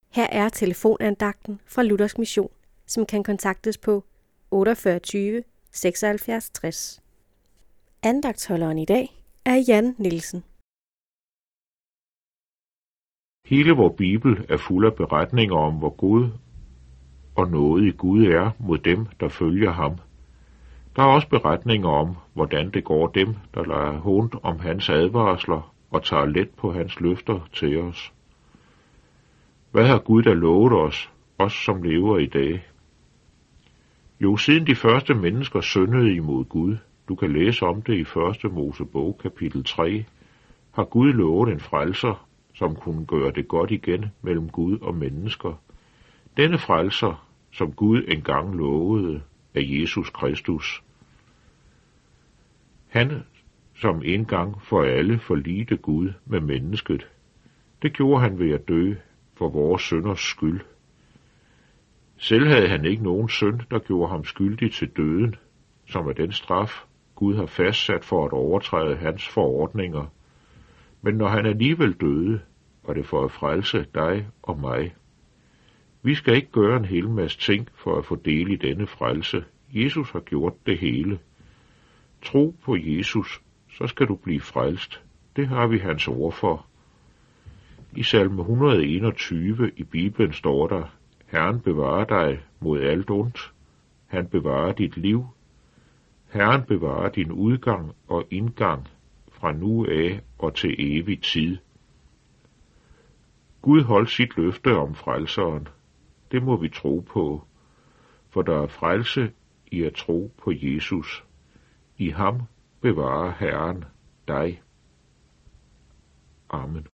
Her er telefonandagten fra Luthersk Mission, som kan kontaktes på 48 76 60. Andagtsholderen i dag er Jan Nielsen. Hele vor Bibel er fuld af beretninger om, hvor god og nådig Gud er mod dem, der følger ham. Der er også beretninger om, hvordan det går dem, der lader hånt om hans advarsler og tager let på hans løfter til os. Hvad har Gud da lovet os som lever i dag? Jo, siden de første mennesker syndede imod Gud, du kan læse om det i 1. Mosebog kapitel 3, har Gud lovet en frelser, som kunne gøre det godt igen mellem Gud og mennesker. Denne frelser, som Gud engang lovede, er Jesus Kristus. Han, som engang for alle forlidte Gud med mennesket, det gjorde han ved at dø for vores synders skyld. Selv havde han ikke nogen synd, der gjorde ham skyldig til døden, som er den straf, Gud har fastsat for at overtræde hans forordninger. Men når han alligevel døde, var det for at frelse dig og mig. Vi skal ikke gøre en hel masse ting for at få del i denne frelse. Jesus har gjort det hele. Tro på Jesus, så skal du blive frelst. Det har vi hans ord for. I salme 121 i Bibelen står der: Herren bevarer dig mod alt ondt. Han bevarer dit liv. Herren bevarer din udgang og indgang fra nu af og til evig tid. Gud holdt sit løfte om frelseren. Det må vi tro på, for der er frelse i at tro på Jesus. I ham bevarer Herren dig. Amen.